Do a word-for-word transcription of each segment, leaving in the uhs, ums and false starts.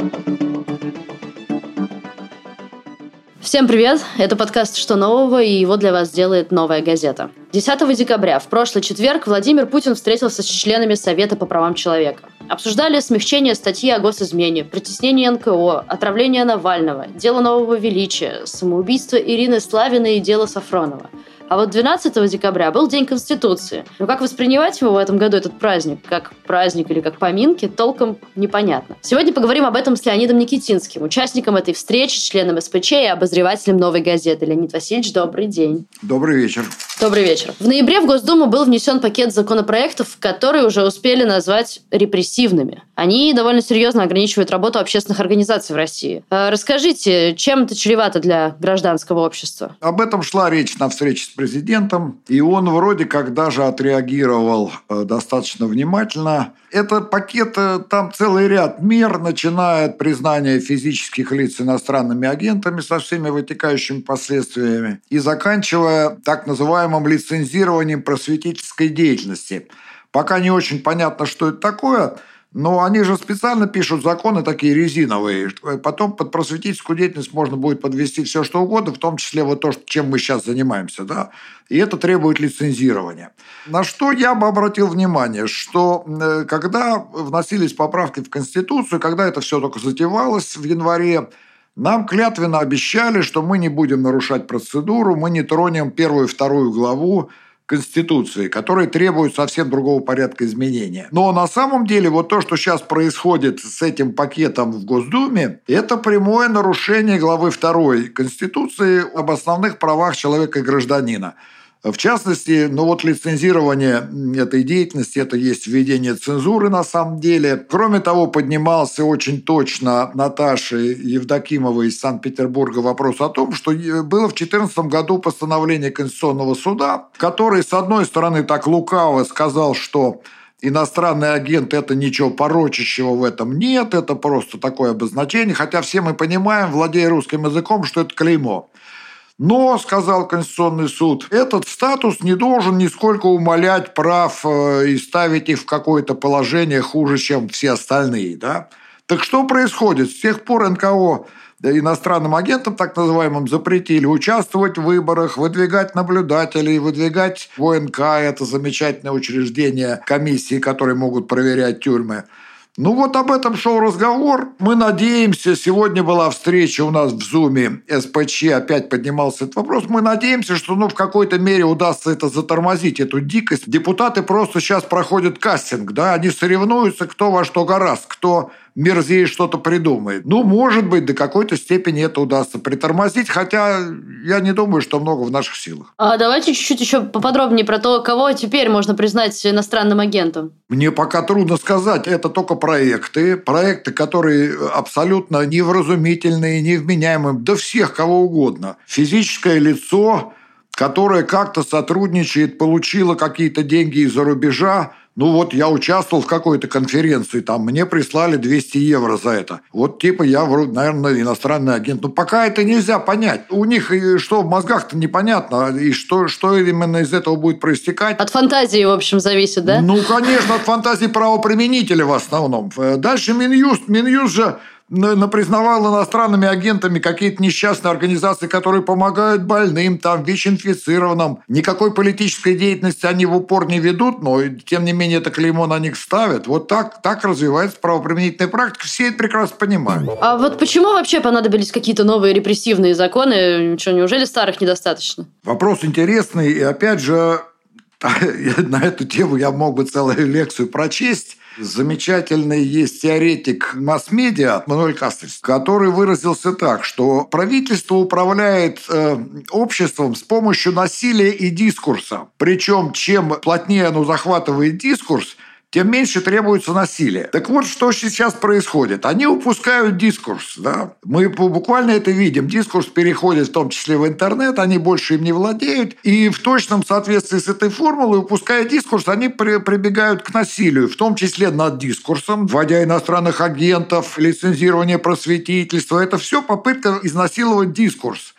Всем привет! Это подкаст «Что нового?» и его для вас делает «Новая газета». десятого декабря, в прошлый четверг, Владимир Путин встретился с членами Совета по правам человека. Обсуждали смягчение статьи о госизмене, притеснение эн ка о, отравление Навального, дело Нового Величия, самоубийство Ирины Славиной и дело Сафронова. А вот двенадцатого декабря был День Конституции. Но как воспринимать его в этом году, этот праздник? Как праздник или как поминки, толком непонятно. Сегодня поговорим об этом с Леонидом Никитинским, участником этой встречи, членом эс пэ че и обозревателем «Новой газеты». Леонид Васильевич, добрый день. Добрый вечер. Добрый вечер. В ноябре в Госдуму был внесен пакет законопроектов, которые уже успели назвать репрессивными. Они довольно серьезно ограничивают работу общественных организаций в России. Расскажите, чем это чревато для гражданского общества? Об этом шла речь на встрече с президентом, и он вроде как даже отреагировал достаточно внимательно. Этот пакет, там целый ряд мер, начиная от признания физических лиц иностранными агентами со всеми вытекающими последствиями и заканчивая так называемым лицензированием просветительской деятельности. Пока не очень понятно, что это такое, но они же специально пишут законы такие резиновые. Потом под просветительскую деятельность можно будет подвести все, что угодно, в том числе вот то, чем мы сейчас занимаемся. Да? И это требует лицензирования. На что я бы обратил внимание, что когда вносились поправки в Конституцию, когда это все только затевалось в январе, нам клятвенно обещали, что мы не будем нарушать процедуру, мы не тронем первую и вторую главу Конституции, которые требуют совсем другого порядка изменения. Но на самом деле вот то, что сейчас происходит с этим пакетом в Госдуме, это прямое нарушение главы второй Конституции об основных правах человека и гражданина. В частности, ну вот лицензирование этой деятельности – это есть введение цензуры на самом деле. Кроме того, поднимался очень точно Наташей Евдокимовой из Санкт-Петербурга вопрос о том, что было в две тысячи четырнадцатом году постановление Конституционного суда, который, с одной стороны, так лукаво сказал, что иностранный агент – это ничего порочащего в этом нет, это просто такое обозначение, хотя все мы понимаем, владея русским языком, что это клеймо. Но, сказал Конституционный суд, этот статус не должен нисколько умалять прав и ставить их в какое-то положение хуже, чем все остальные. Да? Так что происходит? С тех пор эн ка о иностранным агентам, так называемым, запретили участвовать в выборах, выдвигать наблюдателей, выдвигать в о эн ка, это замечательное учреждение, комиссии, которые могут проверять тюрьмы. Ну вот об этом шел разговор. Мы надеемся, сегодня была встреча у нас в Зуме, эс пэ че опять поднимался этот вопрос. Мы надеемся, что ну, в какой-то мере удастся это затормозить, эту дикость. Депутаты просто сейчас проходят кастинг, да, они соревнуются, кто во что гораст, кто мерзее что-то придумает. Ну, может быть, до какой-то степени это удастся притормозить, хотя я не думаю, что много в наших силах. А давайте чуть-чуть еще поподробнее про то, кого теперь можно признать иностранным агентом. Мне пока трудно сказать. Это только проекты. Проекты, которые абсолютно невразумительные, невменяемые. Да всех, кого угодно. Физическое лицо, которое как-то сотрудничает, получило какие-то деньги из-за рубежа. Ну вот я участвовал в какой-то конференции, там мне прислали двести евро за это. Вот типа я, наверное, иностранный агент. Но пока это нельзя понять. У них что в мозгах-то непонятно, и что, что именно из этого будет проистекать. От фантазии, в общем, зависит, да? Ну, конечно, от фантазии правоприменителя в основном. Дальше Минюст. Минюст же напризнавал иностранными агентами какие-то несчастные организации, которые помогают больным, там, ВИЧ-инфицированным. Никакой политической деятельности они в упор не ведут, но, тем не менее, это клеймо на них ставят. Вот так, так развивается правоприменительная практика. Все это прекрасно понимают. А вот почему вообще понадобились какие-то новые репрессивные законы? Что, неужели старых недостаточно? Вопрос интересный. И, опять же, на эту тему я мог бы целую лекцию прочесть. Замечательный есть теоретик масс-медиа Мануэль Кастельс, который выразился так, что правительство управляет э, обществом с помощью насилия и дискурса. Причем, чем плотнее оно захватывает дискурс, тем меньше требуется насилия. Так вот, что сейчас происходит. Они упускают дискурс. Да? Мы буквально это видим. Дискурс переходит в том числе в интернет, они больше им не владеют. И в точном соответствии с этой формулой, упуская дискурс, они при, прибегают к насилию, в том числе над дискурсом, вводя иностранных агентов, лицензирование просветительства. Это все попытка изнасиловать дискурс.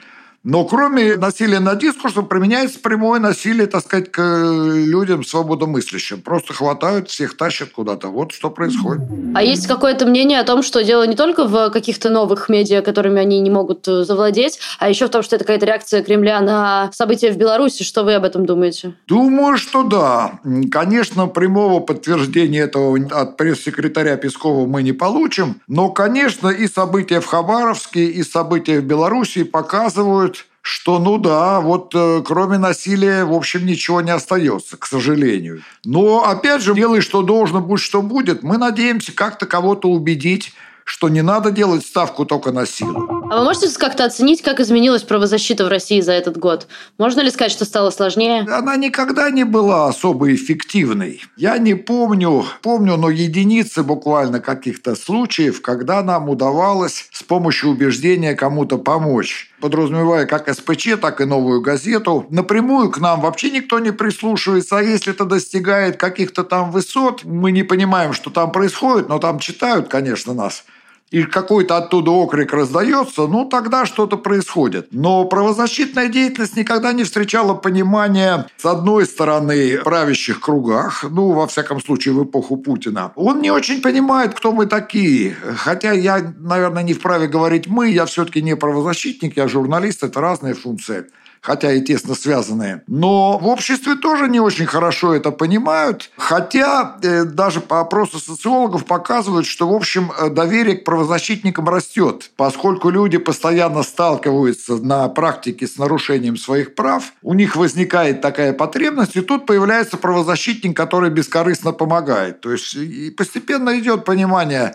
Но кроме насилия над дискурсом применяется прямое насилие, так сказать, к людям свободомыслящим. Просто хватают, всех тащат куда-то. Вот что происходит. А есть какое-то мнение о том, что дело не только в каких-то новых медиа, которыми они не могут завладеть, а еще в том, что это какая-то реакция Кремля на события в Беларуси. Что вы об этом думаете? Думаю, что да. Конечно, прямого подтверждения этого от пресс-секретаря Пескова мы не получим. Но, конечно, и события в Хабаровске, и события в Беларуси показывают, что, ну да, вот э, кроме насилия, в общем, ничего не остается, к сожалению. Но, опять же, делай, что должно, будь что будет. Мы надеемся как-то кого-то убедить, что не надо делать ставку только на силу. А вы можете как-то оценить, как изменилась правозащита в России за этот год? Можно ли сказать, что стало сложнее? Она никогда не была особо эффективной. Я не помню, помню, но единицы буквально каких-то случаев, когда нам удавалось с помощью убеждения кому-то помочь. Подразумевая как эс пэ че, так и «Новую газету». Напрямую к нам вообще никто не прислушивается, а если это достигает каких-то там высот, мы не понимаем, что там происходит, но там читают, конечно, нас, и какой-то оттуда окрик раздается, ну, тогда что-то происходит. Но правозащитная деятельность никогда не встречала понимания, с одной стороны, в правящих кругах, ну, во всяком случае, в эпоху Путина. Он не очень понимает, кто мы такие. Хотя я, наверное, не вправе говорить «мы», я все-таки не правозащитник, я журналист, это разные функции, хотя и тесно связанные. Но в обществе тоже не очень хорошо это понимают, хотя э, даже по опросу социологов показывают, что, в общем, доверие к правозащитникам растет, поскольку люди постоянно сталкиваются на практике с нарушением своих прав, у них возникает такая потребность, и тут появляется правозащитник, который бескорыстно помогает. То есть и постепенно идет понимание.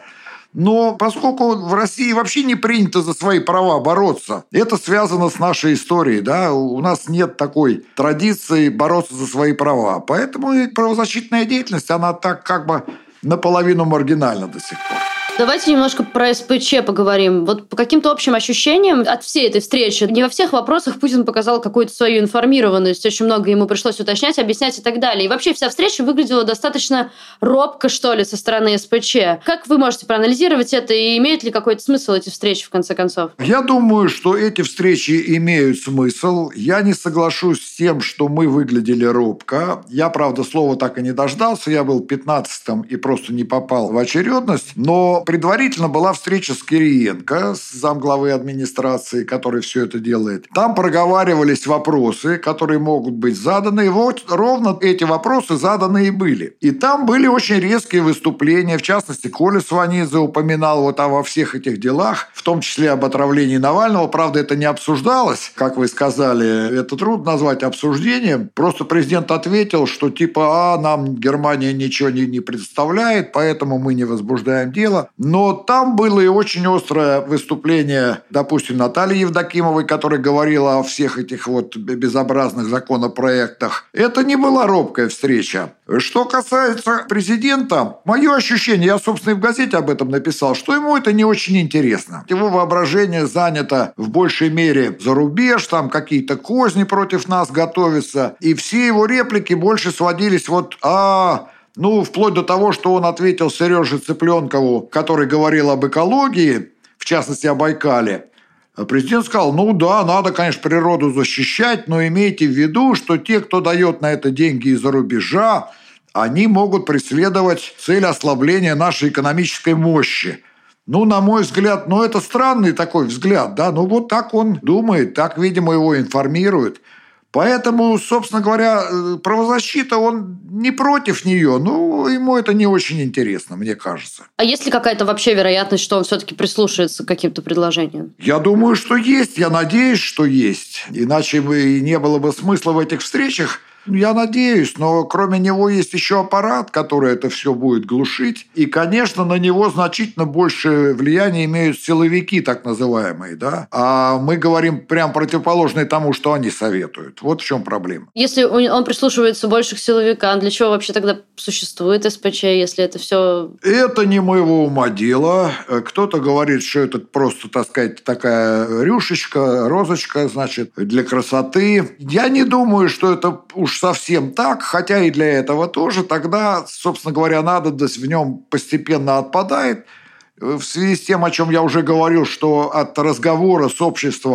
Но поскольку в России вообще не принято за свои права бороться, это связано с нашей историей, да, у нас нет такой традиции бороться за свои права. Поэтому и правозащитная деятельность, она так как бы наполовину маргинальна до сих пор. Давайте немножко про эс пэ че поговорим. Вот по каким-то общим ощущениям от всей этой встречи, не во всех вопросах Путин показал какую-то свою информированность, очень много ему пришлось уточнять, объяснять и так далее. И вообще вся встреча выглядела достаточно робко, что ли, со стороны эс пэ че. Как вы можете проанализировать это, и имеют ли какой-то смысл эти встречи, в конце концов? Я думаю, что эти встречи имеют смысл. Я не соглашусь с тем, что мы выглядели робко. Я, правда, слова так и не дождался. Я был пятнадцатым и просто не попал в очередность. Но предварительно была встреча с Кириенко, с замглавы администрации, который все это делает. Там проговаривались вопросы, которые могут быть заданы. И вот ровно эти вопросы заданы и были. И там были очень резкие выступления. В частности, Коля Сванидзе упоминал вот о всех этих делах, в том числе об отравлении Навального. Правда, это не обсуждалось, как вы сказали. Это трудно назвать обсуждением. Просто президент ответил, что типа, а, нам Германия ничего не, не представляет, поэтому мы не возбуждаем дело. Но там было и очень острое выступление, допустим, Натальи Евдокимовой, которая говорила о всех этих вот безобразных законопроектах. Это не была робкая встреча. Что касается президента, мое ощущение, я, собственно, и в газете об этом написал, что ему это не очень интересно. Его воображение занято в большей мере за рубеж, там какие-то козни против нас готовятся, и все его реплики больше сводились вот «а...» Ну, вплоть до того, что он ответил Сереже Цыпленкову, который говорил об экологии, в частности, о Байкале. Президент сказал, ну да, надо, конечно, природу защищать, но имейте в виду, что те, кто дает на это деньги из-за рубежа, они могут преследовать цель ослабления нашей экономической мощи. Ну, на мой взгляд, ну, это странный такой взгляд, да, ну, вот так он думает, так, видимо, его информируют. Поэтому, собственно говоря, правозащита, он не против нее, но ему это не очень интересно, мне кажется. А есть ли какая-то вообще вероятность, что он все-таки прислушается к каким-то предложениям? Я думаю, что есть, я надеюсь, что есть. Иначе бы и не было бы смысла в этих встречах. Я надеюсь, но кроме него есть еще аппарат, который это все будет глушить. И, конечно, на него значительно больше влияния имеют силовики, так называемые. Да? А мы говорим прям противоположное тому, что они советуют. Вот в чем проблема. Если он прислушивается больше к силовикам, для чего вообще тогда существует эс пэ че, если это все... Это не моего ума дело. Кто-то говорит, что это просто, так сказать, такая рюшечка, розочка, значит, для красоты. Я не думаю, что это уж совсем так, хотя и для этого тоже, тогда, собственно говоря, надобность в нем постепенно отпадает. В связи с тем, о чем я уже говорил, что от разговора с обществом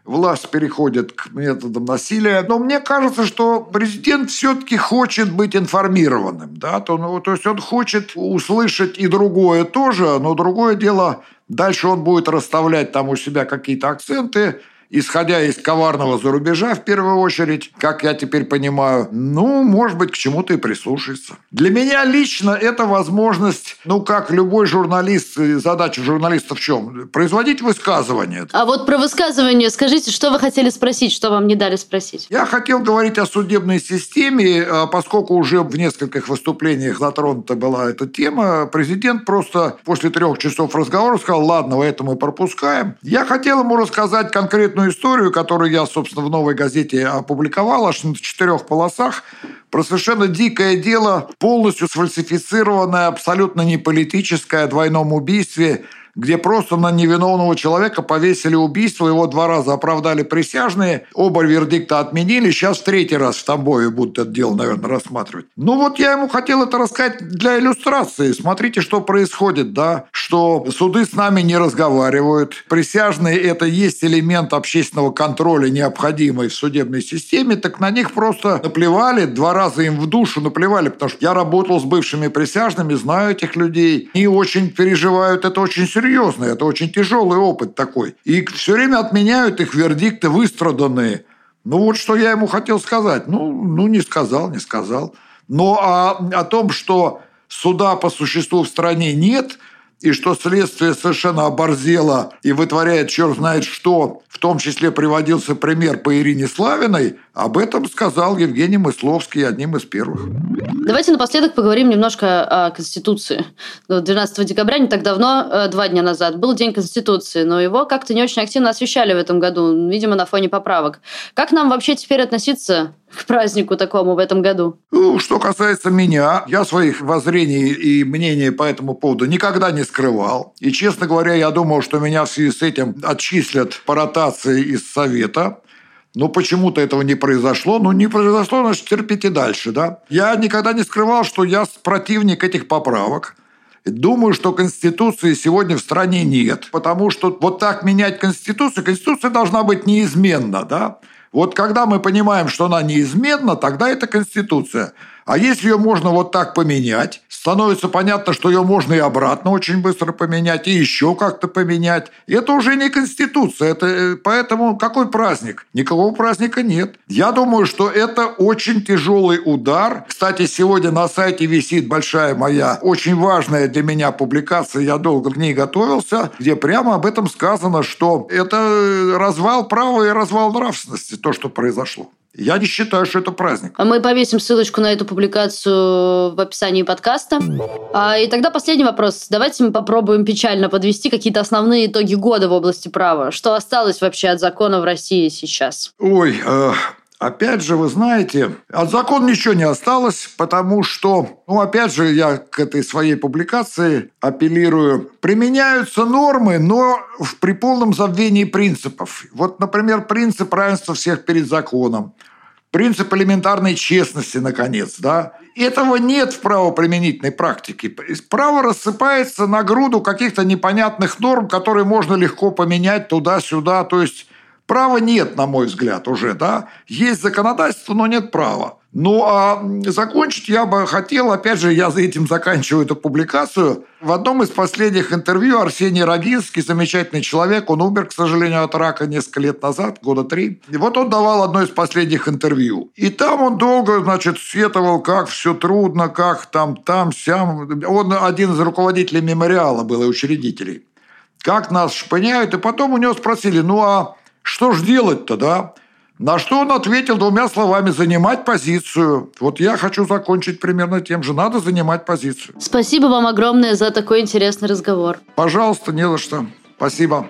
власть переходит к методам насилия. Но мне кажется, что президент все-таки хочет быть информированным. Да? То, ну, то есть он хочет услышать и другое тоже, но другое дело, дальше он будет расставлять там у себя какие-то акценты, исходя из коварного зарубежа, в первую очередь, как я теперь понимаю, ну, может быть, к чему-то и прислушается. Для меня лично это возможность, ну, как любой журналист, задача журналиста в чем? Производить высказывания. А вот про высказывание скажите, что вы хотели спросить, что вам не дали спросить? Я хотел говорить о судебной системе, поскольку уже в нескольких выступлениях затронута была эта тема. Президент просто после трех часов разговора сказал, ладно, это мы пропускаем. Я хотел ему рассказать конкретную историю, которую я, собственно, в «Новой газете» опубликовал, аж на четырех полосах, про совершенно дикое дело, полностью сфальсифицированное, абсолютно не политическое, о двойном убийстве, где просто на невиновного человека повесили убийство, его два раза оправдали присяжные, оба вердикта отменили, сейчас в третий раз в Тамбове будут это дело, наверное, рассматривать. Ну вот я ему хотел это рассказать для иллюстрации. Смотрите, что происходит, да, что суды с нами не разговаривают, присяжные – это есть элемент общественного контроля, необходимый в судебной системе, так на них просто наплевали, два раза им в душу наплевали, потому что я работал с бывшими присяжными, знаю этих людей, и очень переживают, это очень серьезно. Серьезно, это очень тяжелый опыт такой. И все время отменяют их вердикты выстраданные. Ну вот что я ему хотел сказать. Ну, ну не сказал, не сказал. Но а, о том, что суда по существу в стране нет, и что следствие совершенно оборзело и вытворяет черт знает что, в том числе приводился пример по Ирине Славиной, об этом сказал Евгений Мысловский одним из первых. Давайте напоследок поговорим немножко о Конституции. двенадцатого декабря, не так давно, два дня назад, был День Конституции, но его как-то не очень активно освещали в этом году, видимо, на фоне поправок. Как нам вообще теперь относиться к празднику такому в этом году? Ну, что касается меня, я своих воззрений и мнений по этому поводу никогда не скрывал. И, честно говоря, я думал, что меня в связи с этим отчислят по ротации из Совета. Но почему-то этого не произошло. Ну, не произошло, значит, терпите дальше, да? Я никогда не скрывал, что я противник этих поправок. Думаю, что Конституции сегодня в стране нет. Потому что вот так менять Конституцию, Конституция должна быть неизменна, да? Вот когда мы понимаем, что она неизменна, тогда это Конституция. А если ее можно вот так поменять, становится понятно, что ее можно и обратно очень быстро поменять, и еще как-то поменять. Это уже не Конституция. Это, поэтому какой праздник? Никакого праздника нет. Я думаю, что это очень тяжелый удар. Кстати, сегодня на сайте висит большая моя, очень важная для меня публикация, я долго к ней готовился, где прямо об этом сказано, что это развал права и развал нравственности, то, что произошло. Я не считаю, что это праздник. Мы повесим ссылочку на эту публикацию в описании подкаста. А, и тогда последний вопрос. Давайте мы попробуем печально подвести какие-то основные итоги года в области права. Что осталось вообще от закона в России сейчас? Ой, э, опять же, вы знаете, от закона ничего не осталось, потому что, ну, опять же, я к этой своей публикации апеллирую. Применяются нормы, но при полном забвении принципов. Вот, например, принцип равенства всех перед законом. Принцип элементарной честности, наконец, да. Этого нет в правоприменительной практике. Право рассыпается на груду каких-то непонятных норм, которые можно легко поменять туда-сюда. То есть права нет, на мой взгляд, уже, да. Есть законодательство, но нет права. Ну, а закончить я бы хотел, опять же, я за этим заканчиваю эту публикацию. В одном из последних интервью Арсений Рогинский, замечательный человек, он умер, к сожалению, от рака несколько лет назад, года три. И вот он давал одно из последних интервью. И там он долго, значит, сетовал, как все трудно, как там, там, сям. Он один из руководителей мемориала был и учредителей. Как нас шпыняют. И потом у него спросили, ну, а что ж делать-то, да? На что он ответил двумя словами: занимать позицию. Вот я хочу закончить примерно тем же. Надо занимать позицию. Спасибо вам огромное за такой интересный разговор. Пожалуйста, не за что. Спасибо.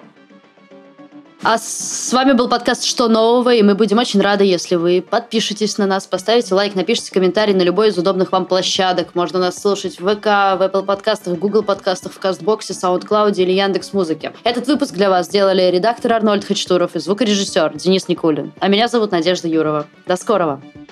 А с вами был подкаст «Что нового?», и мы будем очень рады, если вы подпишетесь на нас, поставите лайк, напишите комментарий на любой из удобных вам площадок. Можно нас слушать в ВК, в Apple подкастах, в Google подкастах, в Кастбоксе, SoundCloud или Яндекс.Музыке. Этот выпуск для вас сделали редактор Арнольд Хачтуров и звукорежиссер Денис Никулин. А меня зовут Надежда Юрова. До скорого!